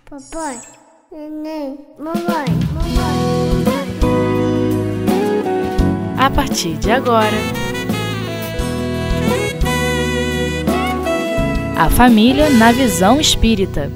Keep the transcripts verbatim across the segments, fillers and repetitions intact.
Papai, neném, mamãe, mamãe. A partir de agora, a família na visão espírita.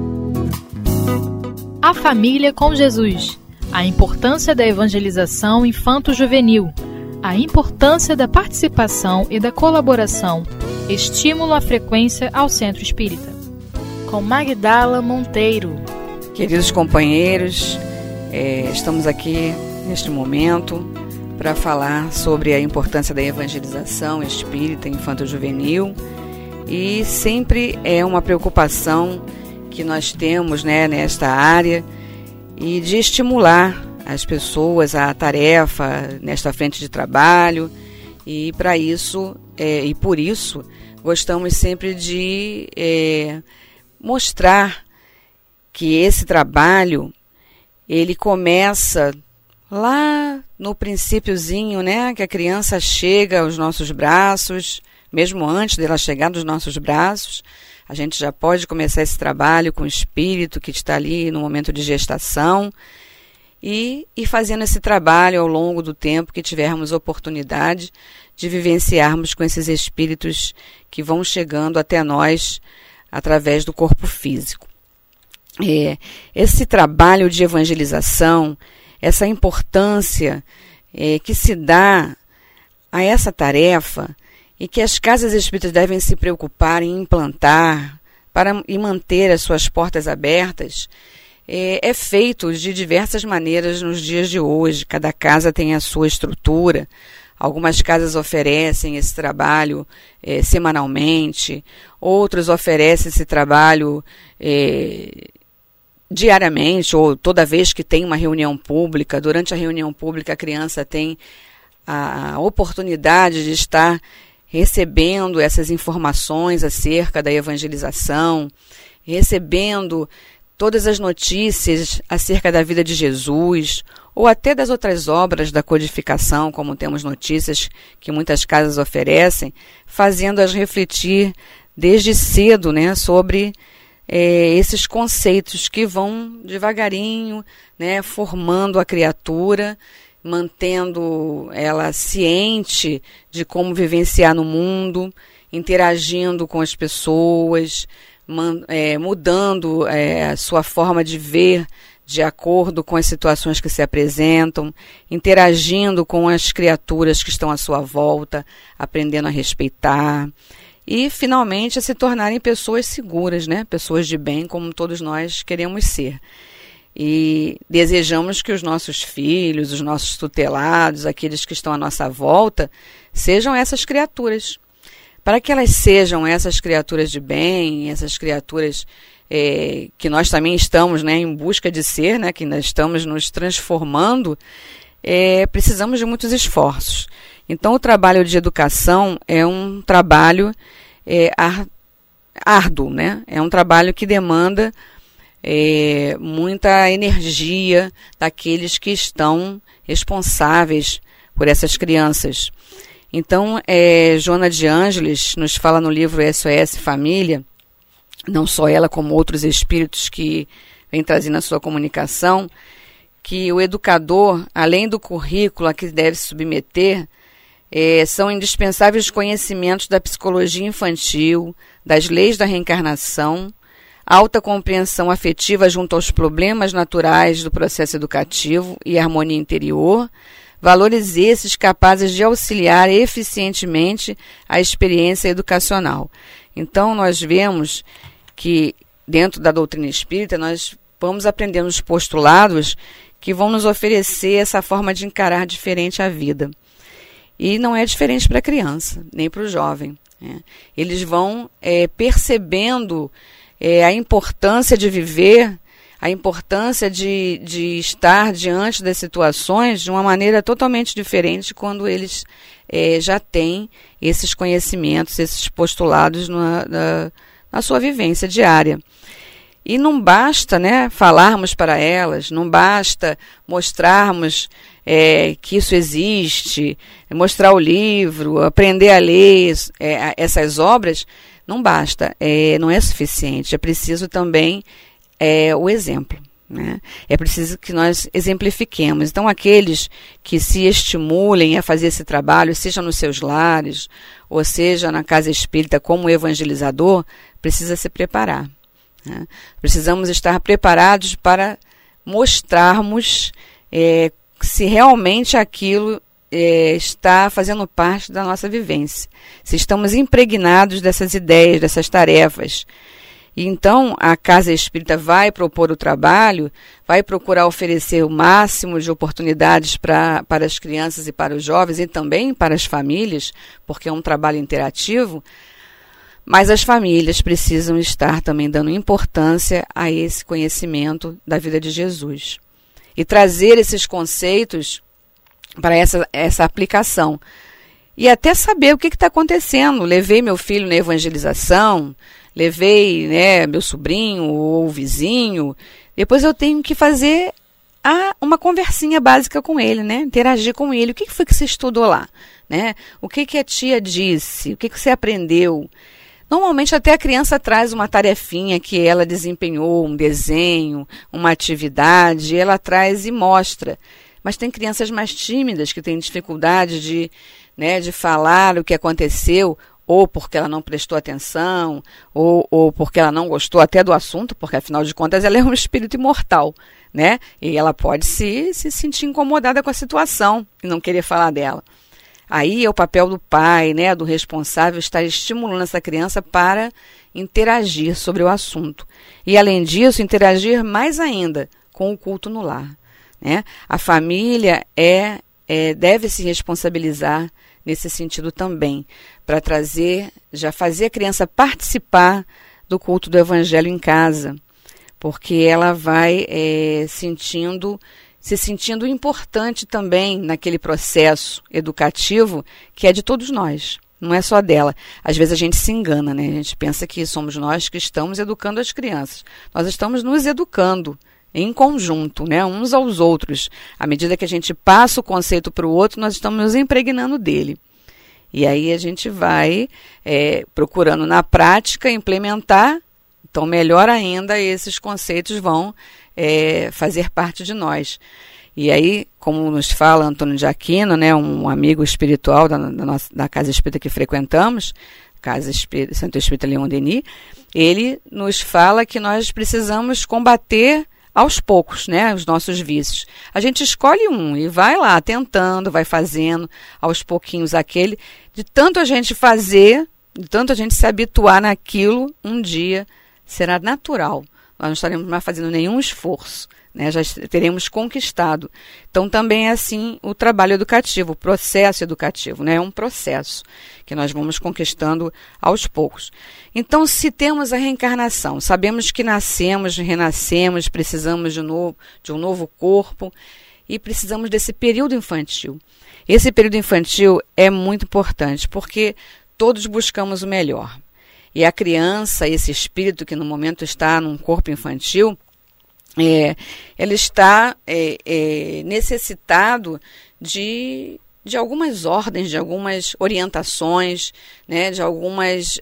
A família com Jesus. A importância da evangelização infanto-juvenil. A importância da participação e da colaboração. Estímulo à frequência ao Centro Espírita. Com Magdala Monteiro. Queridos companheiros, é, estamos aqui neste momento para falar sobre a importância da evangelização espírita infanto-juvenil, e sempre é uma preocupação que nós temos, né, nesta área, e de estimular as pessoas à tarefa nesta frente de trabalho, e para isso, é, e por isso, gostamos sempre de é, mostrar que esse trabalho, ele começa lá no princípiozinho, né, que a criança chega aos nossos braços, mesmo antes dela chegar nos nossos braços, a gente já pode começar esse trabalho com o espírito que está ali no momento de gestação e ir fazendo esse trabalho ao longo do tempo que tivermos oportunidade de vivenciarmos com esses espíritos que vão chegando até nós através do corpo físico. É, esse trabalho de evangelização, essa importância é, que se dá a essa tarefa e que as casas espíritas devem se preocupar em implantar para, e manter as suas portas abertas, é, é feito de diversas maneiras nos dias de hoje. Cada casa tem a sua estrutura. Algumas casas oferecem esse trabalho é, semanalmente, outros oferecem esse trabalho é, diariamente ou toda vez que tem uma reunião pública. Durante a reunião pública, a criança tem a oportunidade de estar recebendo essas informações acerca da evangelização, recebendo todas as notícias acerca da vida de Jesus, ou até das outras obras da codificação, como temos notícias que muitas casas oferecem, fazendo-as refletir desde cedo, né, sobre é, esses conceitos que vão devagarinho, né, formando a criatura, mantendo ela ciente de como vivenciar no mundo, interagindo com as pessoas, man, é, mudando é, a sua forma de ver de acordo com as situações que se apresentam, interagindo com as criaturas que estão à sua volta, aprendendo a respeitar e, finalmente, a se tornarem pessoas seguras, né? Pessoas de bem, como todos nós queremos ser. E desejamos que os nossos filhos, os nossos tutelados, aqueles que estão à nossa volta, sejam essas criaturas. Para que elas sejam essas criaturas de bem, essas criaturas é, que nós também estamos, né, em busca de ser, né, que nós estamos nos transformando, é, precisamos de muitos esforços. Então, o trabalho de educação é um trabalho é, árduo, né? É um trabalho que demanda É, muita energia daqueles que estão responsáveis por essas crianças. Então, é, Joana de Ângeles nos fala no livro S O S Família, não só ela como outros espíritos que vem trazendo a sua comunicação, que o educador, além do currículo a que deve se submeter, é, são indispensáveis conhecimentos da psicologia infantil, das leis da reencarnação, alta compreensão afetiva junto aos problemas naturais do processo educativo e harmonia interior, valores esses capazes de auxiliar eficientemente a experiência educacional. Então, nós vemos que, dentro da doutrina espírita, nós vamos aprendendo os postulados que vão nos oferecer essa forma de encarar diferente a vida. E não é diferente para a criança, nem para o jovem, né? Eles vão é, percebendo É, a importância de viver, a importância de, de estar diante das situações de uma maneira totalmente diferente quando eles é, já têm esses conhecimentos, esses postulados na, na, na sua vivência diária. E não basta, né, falarmos para elas, não basta mostrarmos é, que isso existe, mostrar o livro, aprender a ler é, essas obras. Não basta, é, não é suficiente, é preciso também é o exemplo, né? É preciso que nós exemplifiquemos. Então, aqueles que se estimulem a fazer esse trabalho, seja nos seus lares, ou seja na casa espírita como evangelizador, precisa se preparar, né? Precisamos estar preparados para mostrarmos é, se realmente aquilo é, está fazendo parte da nossa vivência, se estamos impregnados dessas ideias, dessas tarefas. E então a casa espírita vai propor o trabalho, vai procurar oferecer o máximo de oportunidades pra, para as crianças e para os jovens e também para as famílias, porque é um trabalho interativo, mas as famílias precisam estar também dando importância a esse conhecimento da vida de Jesus e trazer esses conceitos para essa, essa aplicação. E até saber o que está acontecendo. Levei meu filho na evangelização, levei, né, meu sobrinho ou vizinho. Depois eu tenho que fazer a, uma conversinha básica com ele, né? Interagir com ele. O que foi que você estudou lá? Né? O que, que a tia disse? O que, que você aprendeu? Normalmente até a criança traz uma tarefinha que ela desempenhou, um desenho, uma atividade, ela traz e mostra. Mas tem crianças mais tímidas que têm dificuldade de, né, de falar o que aconteceu, ou porque ela não prestou atenção, ou, ou porque ela não gostou até do assunto, porque afinal de contas ela é um espírito imortal, né? E ela pode se, se sentir incomodada com a situação e não querer falar dela. Aí é o papel do pai, né, do responsável, estar estimulando essa criança para interagir sobre o assunto. E além disso, interagir mais ainda com o culto no lar, né? A família é, é, deve se responsabilizar nesse sentido também, para trazer, já fazer a criança participar do culto do evangelho em casa, porque ela vai é, sentindo, se sentindo importante também naquele processo educativo que é de todos nós, não é só dela. Às vezes a gente se engana, né? A gente pensa que somos nós que estamos educando as crianças. Nós estamos nos educando em conjunto, né, uns aos outros. À medida que a gente passa o conceito para o outro, nós estamos nos impregnando dele. E aí a gente vai é, procurando na prática implementar, então melhor ainda esses conceitos vão é, fazer parte de nós. E aí, como nos fala Antônio de Aquino, né, um amigo espiritual da, da, nossa, da casa espírita que frequentamos, Casa Espírita, Santo Espírita Leon Denis, ele nos fala que nós precisamos combater aos poucos, né, os nossos vícios. A gente escolhe um e vai lá tentando, vai fazendo aos pouquinhos aquele. De tanto a gente fazer, de tanto a gente se habituar naquilo, um dia será natural. Nós não estaremos mais fazendo nenhum esforço, né, já teremos conquistado. Então também é assim o trabalho educativo, o processo educativo, né, é um processo que nós vamos conquistando aos poucos. Então, se temos a reencarnação, sabemos que nascemos, renascemos, precisamos de, novo, de um novo corpo e precisamos desse período infantil. Esse período infantil é muito importante porque todos buscamos o melhor. E a criança, esse espírito que no momento está num corpo infantil, é, ele está é, é, necessitado de... de algumas ordens, de algumas orientações, né, de algumas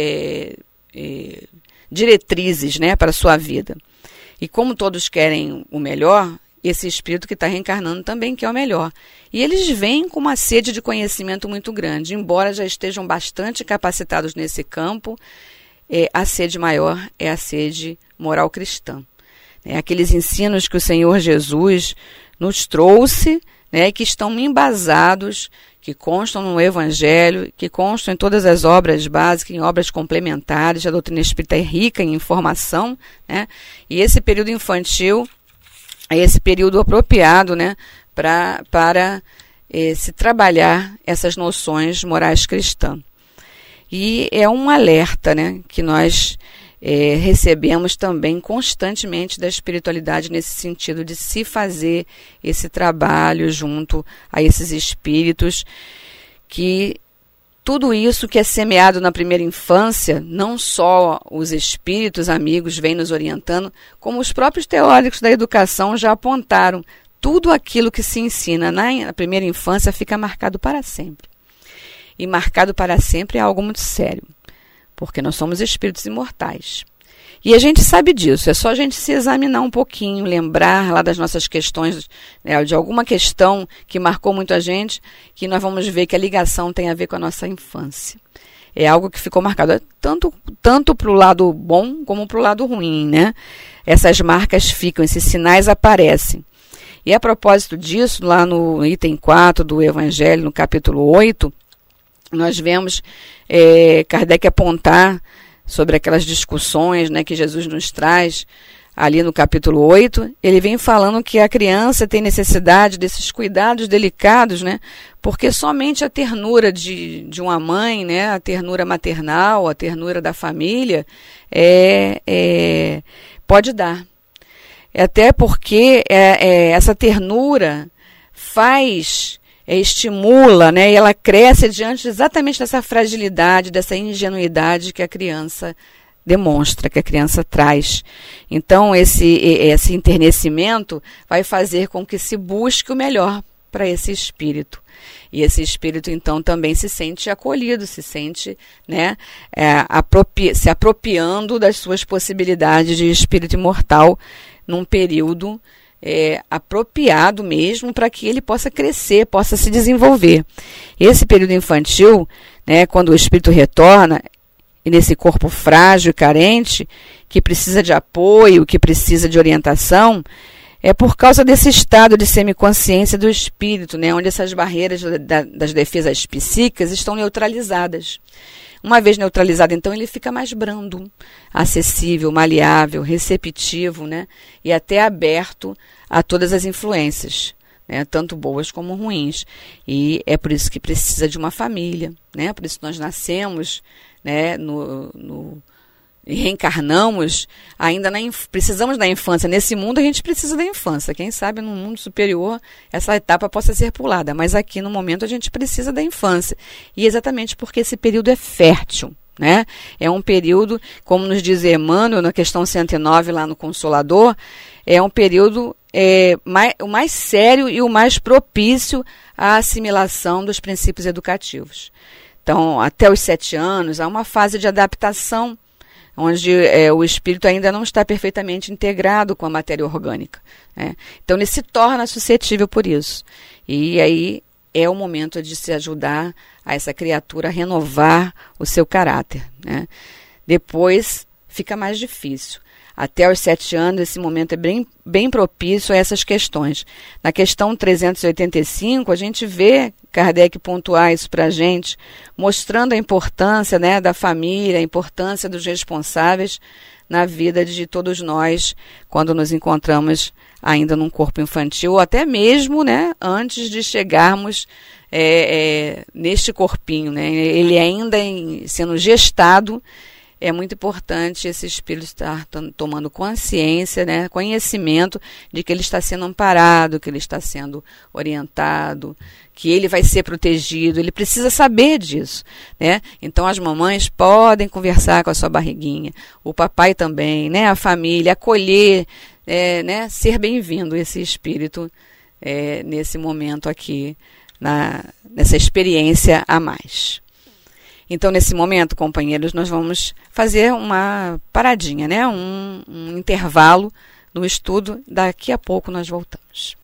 é, é, diretrizes, né, para a sua vida. E como todos querem o melhor, esse espírito que está reencarnando também quer o melhor. E eles vêm com uma sede de conhecimento muito grande, embora já estejam bastante capacitados nesse campo, é, a sede maior é a sede moral cristã. É, aqueles ensinos que o Senhor Jesus nos trouxe, né, que estão embasados, que constam no Evangelho, que constam em todas as obras básicas, em obras complementares. A doutrina espírita é rica em informação, né, e esse período infantil é esse período apropriado, né, pra, para eh, se trabalhar essas noções morais cristãs. E é um alerta, né, que nós É, recebemos também constantemente da espiritualidade nesse sentido de se fazer esse trabalho junto a esses espíritos, que tudo isso que é semeado na primeira infância, não só os espíritos amigos vêm nos orientando, como os próprios teóricos da educação já apontaram, tudo aquilo que se ensina na primeira infância fica marcado para sempre. E marcado para sempre é algo muito sério, porque nós somos espíritos imortais. E a gente sabe disso, é só a gente se examinar um pouquinho, lembrar lá das nossas questões, né, de alguma questão que marcou muito a gente, que nós vamos ver que a ligação tem a ver com a nossa infância. É algo que ficou marcado tanto, tanto para o lado bom como para o lado ruim, né? Essas marcas ficam, esses sinais aparecem. E a propósito disso, lá no item quatro do Evangelho, no capítulo oito, nós vemos é, Kardec apontar sobre aquelas discussões, né, que Jesus nos traz ali no capítulo oito. Ele vem falando que a criança tem necessidade desses cuidados delicados, né, porque somente a ternura de, de uma mãe, né, a ternura maternal, a ternura da família, é, é, pode dar. Até porque é, é, essa ternura faz, é, estimula, né, e ela cresce diante exatamente dessa fragilidade, dessa ingenuidade que a criança demonstra, que a criança traz. Então, esse, esse enternecimento vai fazer com que se busque o melhor para esse espírito. E esse espírito, então, também se sente acolhido, se sente, né, é, apropri- se apropriando das suas possibilidades de espírito imortal num período é, apropriado mesmo para que ele possa crescer, possa se desenvolver. Esse período infantil, né, quando o espírito retorna, e nesse corpo frágil e carente, que precisa de apoio, que precisa de orientação, é por causa desse estado de semiconsciência do espírito, né, onde essas barreiras da, das defesas psíquicas estão neutralizadas. Uma vez neutralizado, então, ele fica mais brando, acessível, maleável, receptivo, né, e até aberto a todas as influências, né, tanto boas como ruins. E é por isso que precisa de uma família, né, por isso nós nascemos, né, no, no, e reencarnamos ainda na inf- precisamos da infância. Nesse mundo a gente precisa da infância. Quem sabe no mundo superior essa etapa possa ser pulada, mas aqui no momento a gente precisa da infância. E exatamente porque esse período é fértil, né? É um período, como nos diz Emmanuel na questão cento e nove lá no Consolador, é um período é, mais, o mais sério e o mais propício à assimilação dos princípios educativos. Então, até os sete anos, há uma fase de adaptação, onde é, o espírito ainda não está perfeitamente integrado com a matéria orgânica, né? Então, ele se torna suscetível por isso. E aí é o momento de se ajudar a essa criatura a renovar o seu caráter, né? Depois, fica mais difícil. Até os sete anos, esse momento é bem, bem propício a essas questões. Na questão trezentos e oitenta e cinco, a gente vê Kardec pontuar isso para a gente, mostrando a importância, né, da família, a importância dos responsáveis na vida de todos nós, quando nos encontramos ainda num corpo infantil, ou até mesmo, né, antes de chegarmos é, é, neste corpinho, né, ele ainda em, sendo gestado. É muito importante esse espírito estar tomando consciência, né, conhecimento de que ele está sendo amparado, que ele está sendo orientado, que ele vai ser protegido, ele precisa saber disso, né? Então as mamães podem conversar com a sua barriguinha, o papai também, né, a família, acolher, é, né, ser bem-vindo esse espírito é, nesse momento aqui, na, nessa experiência a mais. Então, nesse momento, companheiros, nós vamos fazer uma paradinha, né? um, um intervalo no estudo. Daqui a pouco nós voltamos.